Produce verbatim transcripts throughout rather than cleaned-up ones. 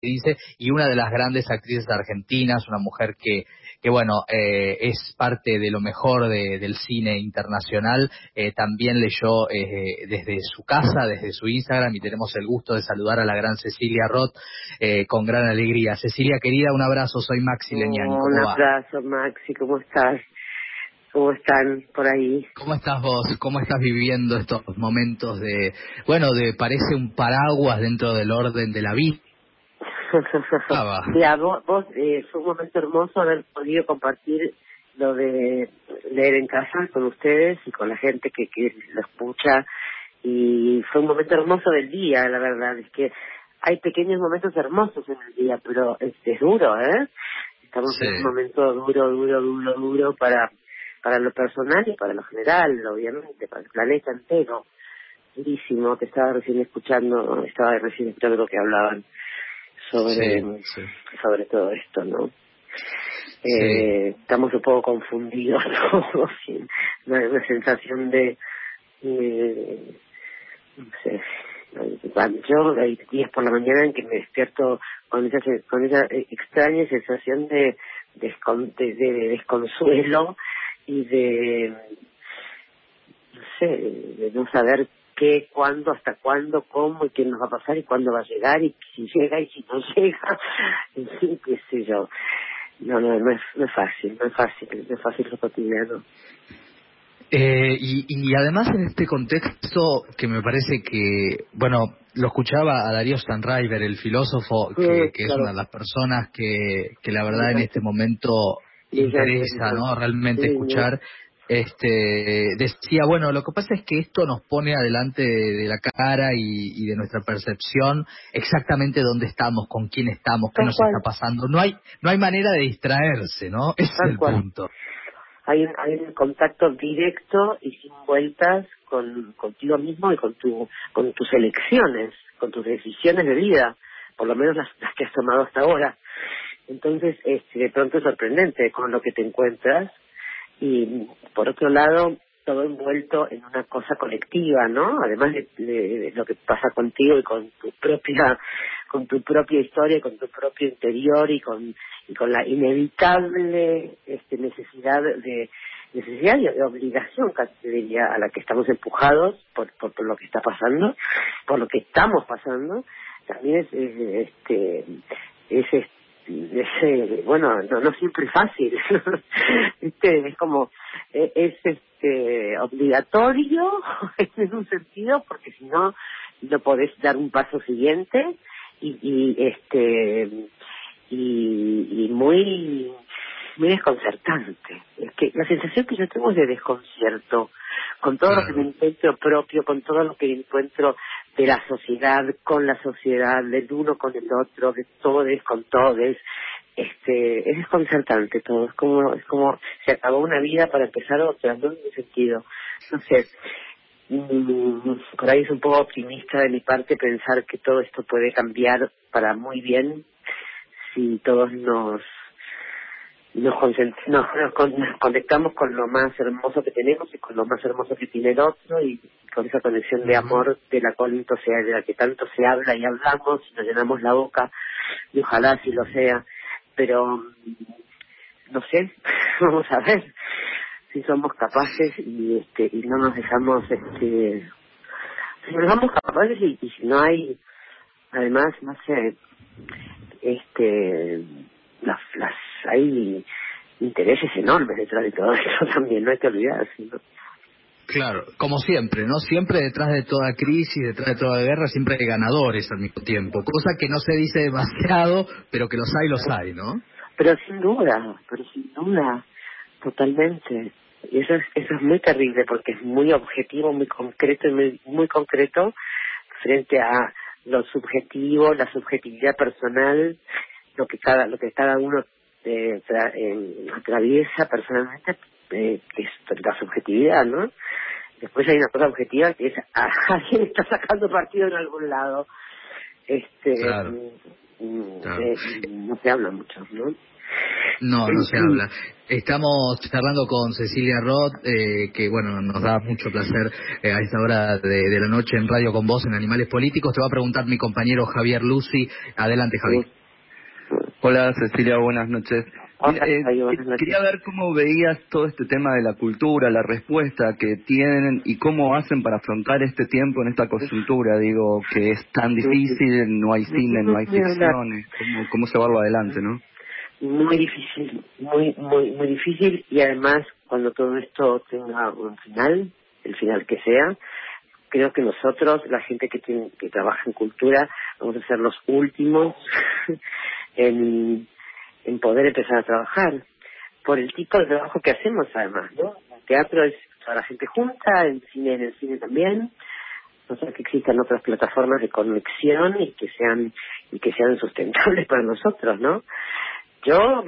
dice, y una de las grandes actrices argentinas, una mujer que, que bueno, eh, es parte de lo mejor de, del cine internacional, eh, también leyó eh, desde su casa, desde su Instagram, y tenemos el gusto de saludar a la gran Cecilia Roth eh, con gran alegría. Cecilia, querida, un abrazo, soy Maxi Oh, Leñani, un ¿cómo va? abrazo, Maxi, ¿cómo estás? ¿Cómo están por ahí? ¿Cómo estás vos? ¿Cómo estás viviendo estos momentos de, bueno, de parece un paraguas dentro del orden de la vida? Mira, vos, vos eh, fue un momento hermoso haber podido compartir lo de leer en casa con ustedes y con la gente que, que lo escucha, y fue un momento hermoso del día, la verdad. Es que hay pequeños momentos hermosos en el día, pero es, es duro, ¿eh? Estamos Sí, en un momento duro, duro, duro, duro para para lo personal y para lo general, obviamente, para el planeta entero. Durísimo. Te estaba recién escuchando, estaba recién escuchando lo que hablaban sí, sobre sí, sobre todo esto, ¿no? sí. Eh, estamos un poco confundidos todos, sí, una, una sensación de, de no sé, cuando yo hay días por la mañana en que me despierto con esa se- con esa eh, extraña sensación de descon, de, de, de desconsuelo y de, no sé, de no saber qué, cuándo, hasta cuándo, cómo y qué nos va a pasar y cuándo va a llegar y si llega y si no llega, en fin, qué sé yo. No, no, no es, no es fácil, no es fácil, no es fácil lo cotidiano. Eh, y, y además en este contexto que me parece que, bueno, lo escuchaba a Darío Stanraiver, el filósofo, Mm, que, que es una claro, de las personas que, que la verdad en este brillante, momento brillante, interesa, brillante. ¿no? Realmente Sí, muy, escuchar. Este, decía, bueno, lo que pasa es que esto nos pone adelante de, de la cara y, y de nuestra percepción exactamente dónde estamos, con quién estamos, qué tal nos está cual, pasando. No hay, no hay manera de distraerse, ¿no? Ese es tal el cual. punto. Hay un, hay un contacto directo y sin vueltas con contigo mismo y con tu con tus elecciones, con tus decisiones de vida, por lo menos las, las que has tomado hasta ahora. Entonces, este, de pronto es sorprendente con lo que te encuentras, y por otro lado todo envuelto en una cosa colectiva, ¿no? Además de, de- de lo que pasa contigo y con tu propia con tu propia historia y con tu propio interior y con y con la inevitable este necesidad de necesidad y de obligación, casi te diría, a la que estamos empujados por, por por lo que está pasando, por lo que estamos pasando. También es, es, este es este es, eh, bueno, no, no siempre es fácil. ¿Viste? Es como, eh, es este obligatorio en un sentido, porque si no, no podés dar un paso siguiente, y, y este y, y muy muy desconcertante. Es que la sensación que yo tengo es de desconcierto, con todo lo que me Claro. encuentro propio, con todo lo que encuentro de la sociedad, con la sociedad, del uno con el otro, de todes con todes. Este, es desconcertante todo, es como, es como se acabó una vida para empezar otra, no en ese sentido. No sé, mm, por ahí es un poco optimista de mi parte pensar que todo esto puede cambiar para muy bien si todos nos nos, concent- nos, nos con- nos conectamos con lo más hermoso que tenemos y con lo más hermoso que tiene el otro, y con esa conexión de Ujú. amor de la cual tanto se- de la que tanto se habla y hablamos y nos llenamos la boca, y ojalá así lo sea. Pero mm, no sé, vamos a ver si somos capaces y este y no nos dejamos, este si nos dejamos capaces, y, y si no hay, además, no sé, este las, las hay intereses enormes detrás de todo eso también, no hay que olvidarse, ¿no? Claro, como siempre, ¿no? Siempre detrás de toda crisis, detrás de toda guerra, siempre hay ganadores al mismo tiempo. Cosa que no se dice demasiado, pero que los hay, los hay, ¿no? Pero sin duda, pero sin duda, totalmente. Y eso es, eso es muy terrible, porque es muy objetivo, muy concreto y muy, muy concreto frente a lo subjetivo, la subjetividad personal, lo que cada lo que cada uno eh, tra- eh, atraviesa personalmente, eh, que es la subjetividad, ¿no? Después hay una cosa objetiva que es a, alguien está sacando partido en algún lado. Este, Claro, mm, mm, claro. eh, no se habla mucho, ¿no? No, no se habla. Estamos charlando con Cecilia Roth, eh, que bueno, nos da mucho placer eh, a esta hora de, de la noche en Radio con Vos, en Animales Políticos. Te va a preguntar mi compañero Javier Lucy. Adelante, Javier. Hola, Cecilia, buenas noches. Mira, eh, quería ver cómo veías todo este tema de la cultura, la respuesta que tienen y cómo hacen para afrontar este tiempo en esta coyuntura, digo, que es tan difícil, no hay cine, no hay ficciones, cómo, cómo llevarlo adelante, ¿no? Muy difícil, muy, muy, muy difícil, y además cuando todo esto tenga un final, el final que sea, creo que nosotros, la gente que tiene, que trabaja en cultura, vamos a ser los últimos en, en poder empezar a trabajar, por el tipo de trabajo que hacemos además, ¿no? El teatro es toda la gente junta, el cine en el cine también, o sea que existan otras plataformas de conexión y que sean, y que sean sustentables para nosotros, ¿no? Yo,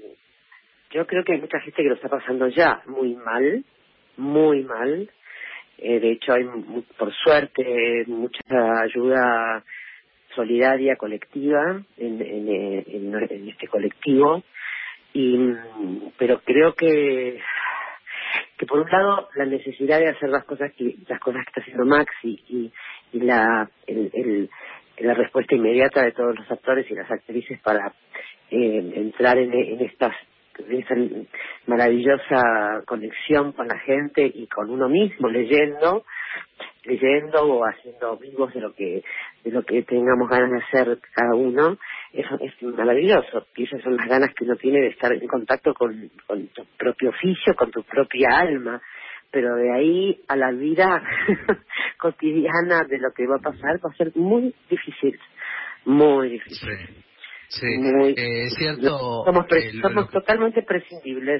yo creo que hay mucha gente que lo está pasando ya muy mal, muy mal. Eh, de hecho, hay, por suerte, mucha ayuda solidaria, colectiva, en, en, en, en este colectivo. Y, pero creo que, que por un lado, la necesidad de hacer las cosas que, las cosas que está haciendo Maxi y, y la, el, el, la respuesta inmediata de todos los actores y las actrices para eh, entrar en, en estas en esta maravillosa conexión con la gente y con uno mismo, leyendo leyendo o haciendo vivos de lo que de lo que tengamos ganas de hacer cada uno. Eso es maravilloso, y esas son las ganas que uno tiene de estar en contacto con, con tu propio oficio, con tu propia alma. Pero de ahí a la vida cotidiana de lo que va a pasar va a ser muy difícil, muy difícil. Sí, sí. Muy, eh, es cierto. Somos, pre- eh, lo, somos lo que... totalmente prescindibles.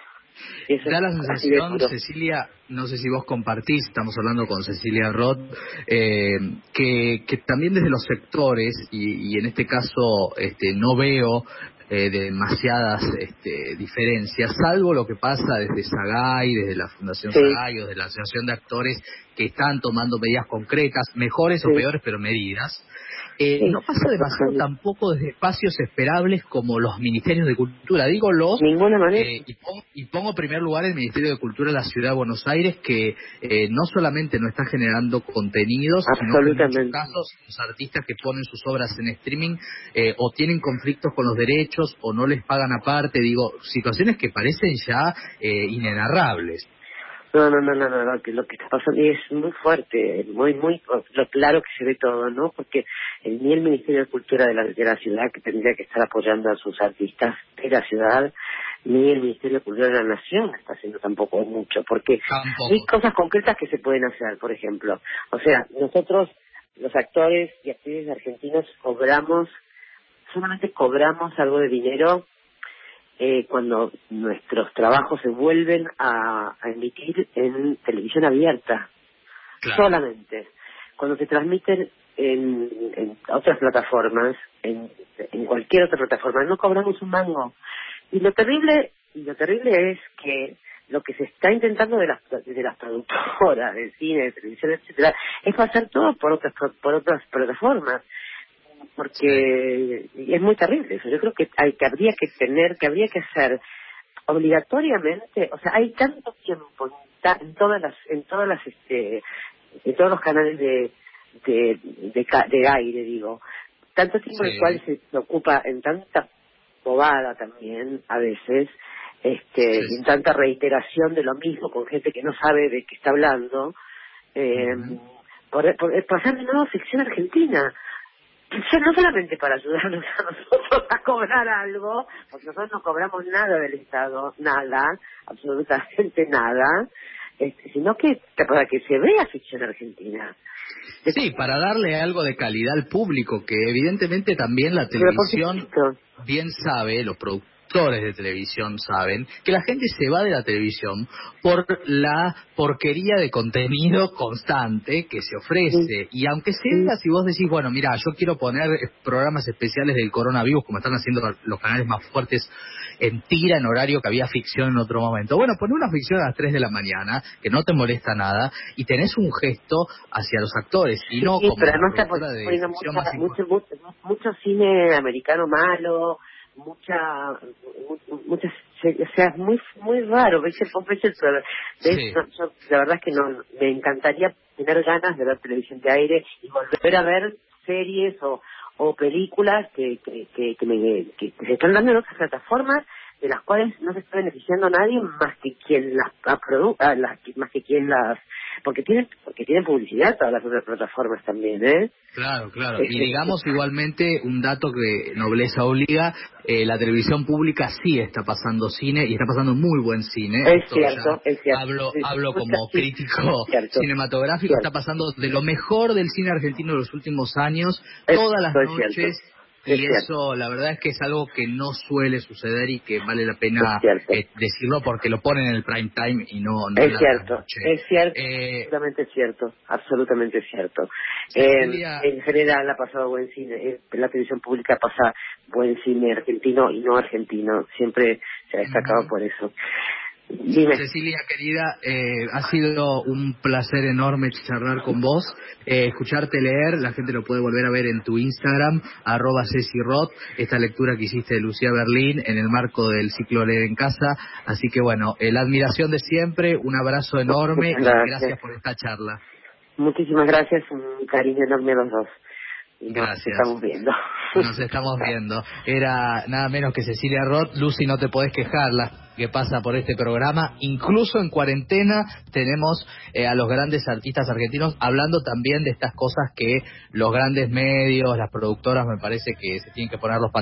Eso Da la así de sensación, duro. Cecilia, no sé si vos compartís, estamos hablando con Cecilia Roth, eh, que, que también desde los sectores, y, y en este caso este, no veo eh, demasiadas este, diferencias, salvo lo que pasa desde Sagay, desde la Fundación Sí, Sagay o de la Asociación de Actores, que están tomando medidas concretas, mejores o sí, peores, pero medidas. Eh, sí. no pasa demasiado tampoco desde espacios esperables como los ministerios de cultura. Digo los, Ninguna manera. eh, y, pongo, y pongo en primer lugar el Ministerio de Cultura de la Ciudad de Buenos Aires, que eh, no solamente no está generando contenidos, sino que en muchos Absolutamente. casos los artistas que ponen sus obras en streaming eh, o tienen conflictos con los derechos o no les pagan aparte. Digo, situaciones que parecen ya eh, inenarrables. No, no, no, no, no, no, que lo que está pasando y es muy fuerte, muy, muy, lo claro que se ve todo, ¿no? Porque el, ni el Ministerio de Cultura de la, de la ciudad, que tendría que estar apoyando a sus artistas de la ciudad, ni el Ministerio de Cultura de la Nación está haciendo tampoco mucho, porque Tampoco. hay cosas concretas que se pueden hacer, por ejemplo. O sea, nosotros, los actores y actrices argentinos, cobramos, solamente cobramos algo de dinero Eh, cuando nuestros trabajos se vuelven a, a emitir en televisión abierta, Claro. solamente. Cuando se transmiten en, en otras plataformas, en, en cualquier otra plataforma, no cobramos un mango. Y lo terrible, y lo terrible es que lo que se está intentando de las, de las productoras de cine, de televisión, etcétera, es pasar todo por otras por otras plataformas. Porque sí. Es muy terrible eso. Yo creo que hay que habría que tener, que habría que hacer obligatoriamente, o sea, hay tanto tiempo en, ta, en todas las, en todas las, este, en todos los canales de de de, de aire, digo, tanto tiempo sí. En el cual se, se ocupa en tanta bobada también a veces, este, sí. En tanta reiteración de lo mismo con gente que no sabe de qué está hablando, eh, uh-huh. por, por pasar de nuevo ficción argentina. No solamente para ayudarnos a nosotros a cobrar algo, porque nosotros no cobramos nada del Estado, nada, absolutamente nada, este, sino que para que se vea ficción argentina. Sí, para darle algo de calidad al público, que evidentemente también la televisión bien sabe, los productores de televisión saben, que la gente se va de la televisión por la porquería de contenido constante que se ofrece. Y aunque sea, si vos decís, bueno, mira, yo quiero poner programas especiales del coronavirus, como están haciendo los canales más fuertes en tira, en horario que había ficción en otro momento. Bueno, poné una ficción a las tres de la mañana, que no te molesta nada, y tenés un gesto hacia los actores, y no sí, como pero la además productora está de poniendo ficción mucha, más mucho, mucho, mucho cine americano malo, mucha, muchas, o sea, es muy muy raro, ¿ves? El ves el programa. De Sí. eso, yo, la verdad es que no, me encantaría tener ganas de ver televisión de aire y volver a ver series o, o películas que, que, que, que, me, que, que se están dando en otras plataformas, de las cuales no se está beneficiando nadie más que quien las produzca, las, más que quien las, porque tienen, porque tienen publicidad todas las otras plataformas también, ¿eh? Claro, claro. Y digamos igualmente un dato que nobleza obliga, eh, la televisión pública sí está pasando cine y está pasando muy buen cine. Es Esto cierto, ya es cierto. hablo, Sí, hablo sí, como sí, crítico cierto, cinematográfico, cierto. está pasando de lo mejor del cine argentino de los últimos años, Es, todas las es cierto, noches. es Y cierto. eso, la verdad es que es algo que no suele suceder y que vale la Es pena cierto. eh, decirlo porque lo ponen en el prime time y no, no en Es la cierto, noche. es cierto, Eh, absolutamente cierto, absolutamente cierto. Eh, Cecilia, en general ha pasado buen cine, eh, la televisión pública pasa buen cine argentino y no argentino, siempre se ha destacado uh-huh. por eso. Dime. Cecilia, querida, eh, ha sido un placer enorme charlar con vos, eh, escucharte leer, la gente lo puede volver a ver en tu Instagram, arroba Ceci Roth, esta lectura que hiciste de Lucía Berlín en el marco del ciclo Leer en Casa, así que bueno, eh, la admiración de siempre, un abrazo enorme Muchas y gracias. gracias por esta charla. Muchísimas gracias, un cariño enorme a los dos. Y nos Gracias. estamos viendo. Nos estamos viendo. Era nada menos que Cecilia Roth. Lucy, no te podés quejar la que pasa por este programa. Incluso en cuarentena tenemos eh, a los grandes artistas argentinos hablando también de estas cosas que los grandes medios, las productoras, me parece que se tienen que poner los